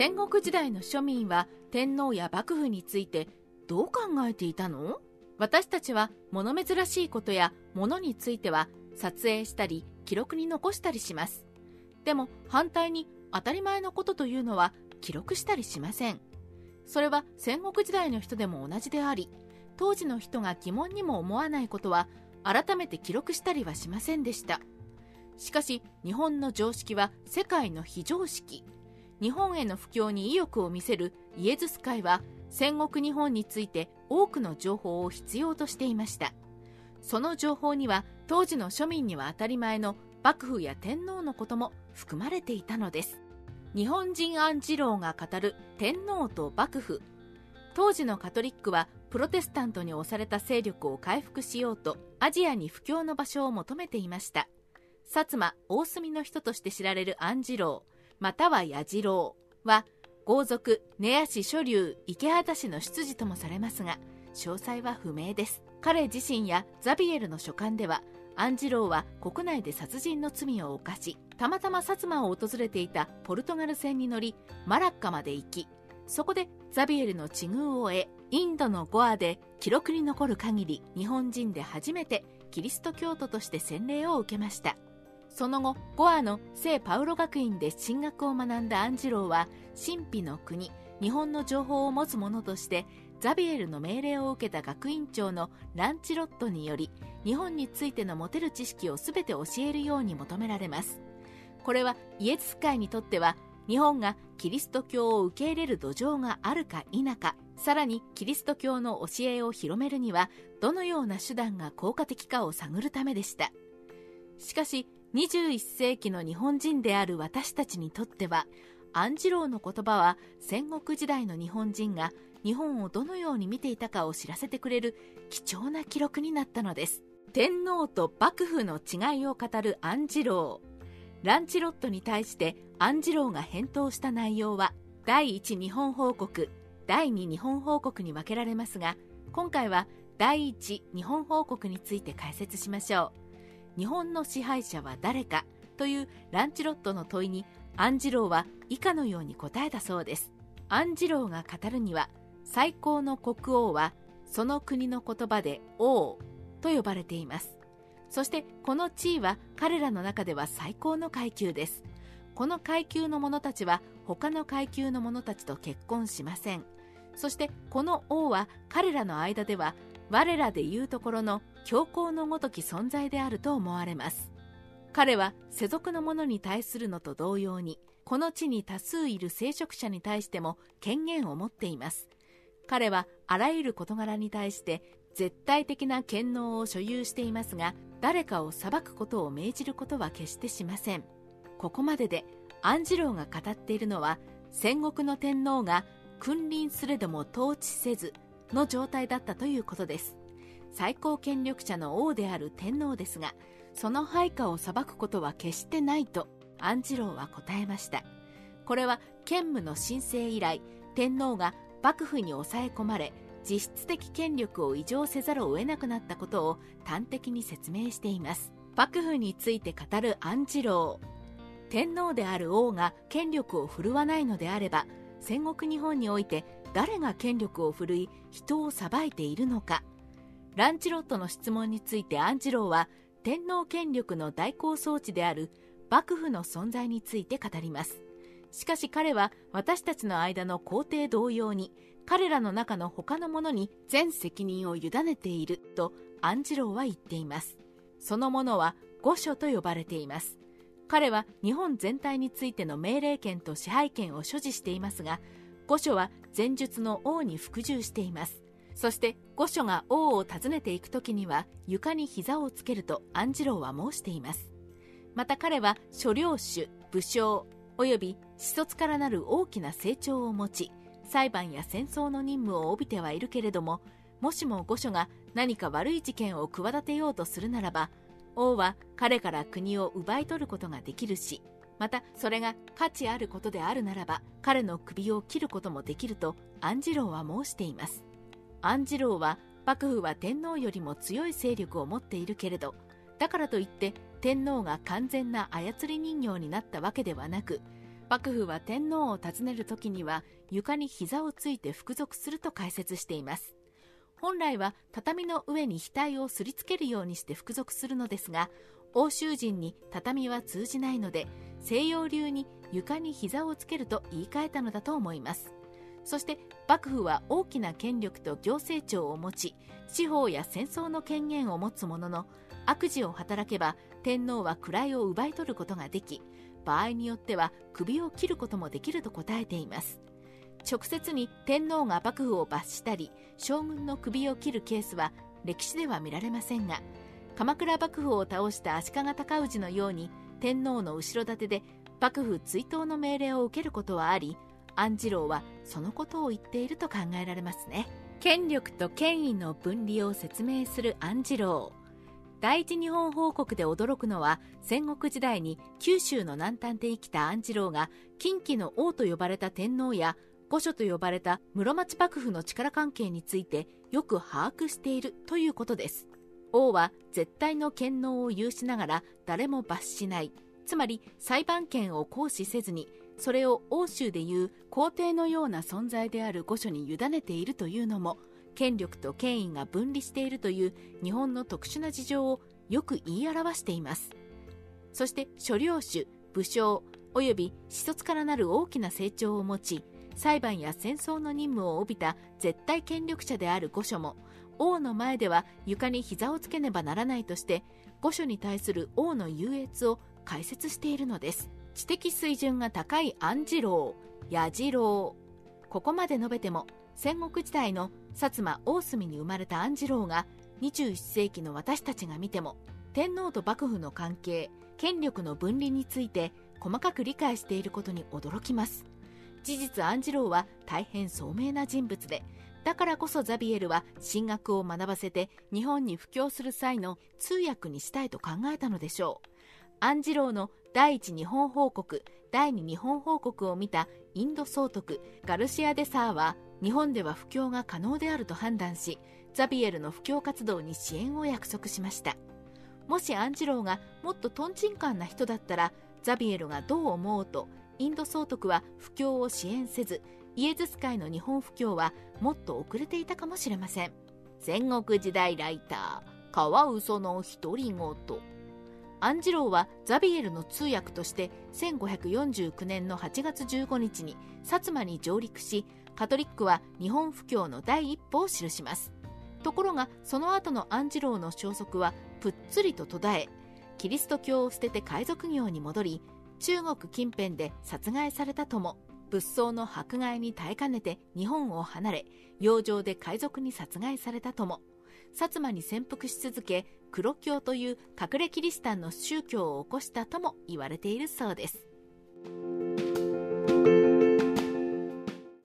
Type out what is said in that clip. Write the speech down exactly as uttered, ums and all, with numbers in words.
戦国時代の庶民は天皇や幕府についてどう考えていたの？私たちは物珍しいことや物については撮影したり記録に残したりします。でも反対に当たり前のことというのは記録したりしません。それは戦国時代の人でも同じであり、当時の人が疑問にも思わないことは改めて記録したりはしませんでした。しかし日本の常識は世界の非常識。日本への布教に意欲を見せるイエズス会は戦国日本について多くの情報を必要としていました。その情報には当時の庶民には当たり前の幕府や天皇のことも含まれていたのです。日本人安次郎が語る天皇と幕府。当時のカトリックはプロテスタントに押された勢力を回復しようとアジアに布教の場所を求めていました。薩摩大隅の人として知られる安次郎または弥次郎は豪族根谷氏諸流池畑氏の出自ともされますが、詳細は不明です。彼自身やザビエルの書簡では安次郎は国内で殺人の罪を犯し、たまたま薩摩を訪れていたポルトガル船に乗りマラッカまで行き、そこでザビエルの知遇を得、インドのゴアで記録に残る限り日本人で初めてキリスト教徒として洗礼を受けました。その後ゴアの聖パウロ学院で神学を学んだ安次郎は神秘の国日本の情報を持つ者としてザビエルの命令を受けた学院長のランチロットにより日本についての持てる知識をすべて教えるように求められます。これはイエズス会にとっては日本がキリスト教を受け入れる土壌があるか否か、さらにキリスト教の教えを広めるにはどのような手段が効果的かを探るためでした。しかしにじゅういっ世紀の日本人である私たちにとっては安次郎の言葉は戦国時代の日本人が日本をどのように見ていたかを知らせてくれる貴重な記録になったのです。天皇と幕府の違いを語る安次郎。ランチロットに対して安次郎が返答した内容はだいいち日本報告、だいに日本報告に分けられますが、今回はだいいち日本報告について解説しましょう。日本の支配者は誰かというランチロットの問いに安次郎は以下のように答えたそうです。安次郎が語るには、最高の国王はその国の言葉で王と呼ばれています。そしてこの地位は彼らの中では最高の階級です。この階級の者たちは他の階級の者たちと結婚しません。そしてこの王は彼らの間では我らでいうところの教皇のごとき存在であると思われます。彼は世俗の者に対するのと同様に、この地に多数いる聖職者に対しても権限を持っています。彼はあらゆる事柄に対して絶対的な権能を所有していますが、誰かを裁くことを命じることは決してしません。ここまでで安次郎が語っているのは、戦国の天皇が君臨すれども統治せずの状態だったということです。最高権力者の王である天皇ですが、その配下を裁くことは決してないと安次郎は答えました。これは建武の申請以来、天皇が幕府に抑え込まれ、実質的権力を移譲せざるを得なくなったことを端的に説明しています。幕府について語る安次郎。天皇である王が権力を振るわないのであれば、戦国日本において誰が権力を振るい人を裁いているのか。ランチロットの質問について安次郎は、天皇権力の代行装置である幕府の存在について語ります。しかし彼は私たちの間の皇帝同様に、彼らの中の他の者に全責任を委ねていると安次郎は言っています。その者は御所と呼ばれています。彼は日本全体についての命令権と支配権を所持していますが、御所は前述の王に服従しています。そして御所が王を訪ねていくときには床に膝をつけると安次郎は申しています。また彼は諸領主、武将および私卒からなる大きな成長を持ち、裁判や戦争の任務を帯びてはいるけれども、もしも御所が何か悪い事件を企てようとするならば、王は彼から国を奪い取ることができるし、またそれが価値あることであるならば彼の首を切ることもできると安次郎は申しています。安次郎は幕府は天皇よりも強い勢力を持っているけれど、だからといって天皇が完全な操り人形になったわけではなく、 幕府は天皇を訪ねるときには床に膝をついて服属すると解説しています。本来は畳の上に額をすりつけるようにして服属するのですが、欧州人に畳は通じないので、西洋流に床に膝をつけると言い換えたのだと思います。そして幕府は大きな権力と行政庁を持ち、司法や戦争の権限を持つものの、悪事を働けば天皇は位を奪い取ることができ、場合によっては首を切ることもできると答えています。直接に天皇が幕府を罰したり将軍の首を切るケースは歴史では見られませんが、鎌倉幕府を倒した足利尊氏のように天皇の後ろ盾で幕府追討の命令を受けることはあり、安次郎はそのことを言っていると考えられますね。権力と権威の分離を説明する安次郎。第一日本報国で驚くのは、戦国時代に九州の南端で生きた安次郎が近畿の王と呼ばれた天皇や御所と呼ばれた室町幕府の力関係についてよく把握しているということです。王は絶対の権能を有しながら誰も罰しない、つまり裁判権を行使せずに、それを欧州でいう皇帝のような存在である御所に委ねているというのも、権力と権威が分離しているという日本の特殊な事情をよく言い表しています。そして諸領主、武将および私卒からなる大きな成長を持ち、裁判や戦争の任務を帯びた絶対権力者である御所も、王の前では床に膝をつけねばならないとして、御所に対する王の優越を解説しているのです。知的水準が高い安次郎、弥次郎。ここまで述べても、戦国時代の薩摩大隅に生まれた安次郎がにじゅういっせいきの私たちが見ても、天皇と幕府の関係、権力の分離について細かく理解していることに驚きます。事実安次郎は大変聡明な人物で、だからこそザビエルは神学を学ばせて日本に布教する際の通訳にしたいと考えたのでしょう。安次郎の第一日本報国、第二日本報国を見たインド総督ガルシア・デ・サーは、日本では布教が可能であると判断し、ザビエルの布教活動に支援を約束しました。もし安次郎がもっとトンチンカンな人だったら、ザビエルがどう思おうと、インド総督は布教を支援せず、イエズス会の日本布教はもっと遅れていたかもしれません。戦国時代ライター、カワウソの独り言。安次郎はザビエルの通訳としてせんごひゃくよんじゅうきゅうねんのはちがつじゅうごにちに薩摩に上陸し、カトリックは日本布教の第一歩を記します。ところがその後の安次郎の消息はぷっつりと途絶え、キリスト教を捨てて海賊業に戻り、中国近辺で殺害されたとも。仏僧の迫害に耐えかねて日本を離れ、洋上で海賊に殺害されたとも。薩摩に潜伏し続け、黒教という隠れキリシタンの宗教を起こしたとも言われているそうです。